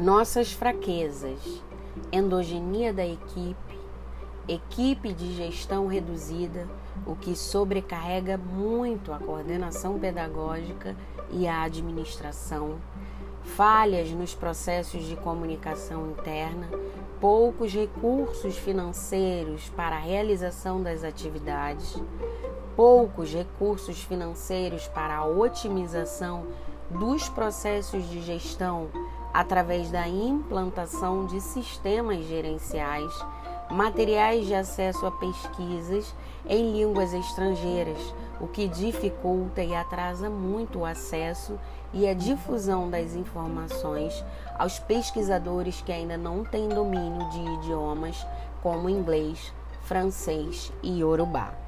Nossas fraquezas: endogenia da equipe de gestão reduzida, o que sobrecarrega muito a coordenação pedagógica e a administração, falhas nos processos de comunicação interna, poucos recursos financeiros para a realização das atividades, poucos recursos financeiros para a otimização dos processos de gestão através da implantação de sistemas gerenciais, materiais de acesso a pesquisas em línguas estrangeiras, o que dificulta e atrasa muito o acesso e a difusão das informações aos pesquisadores que ainda não têm domínio de idiomas como inglês, francês e iorubá.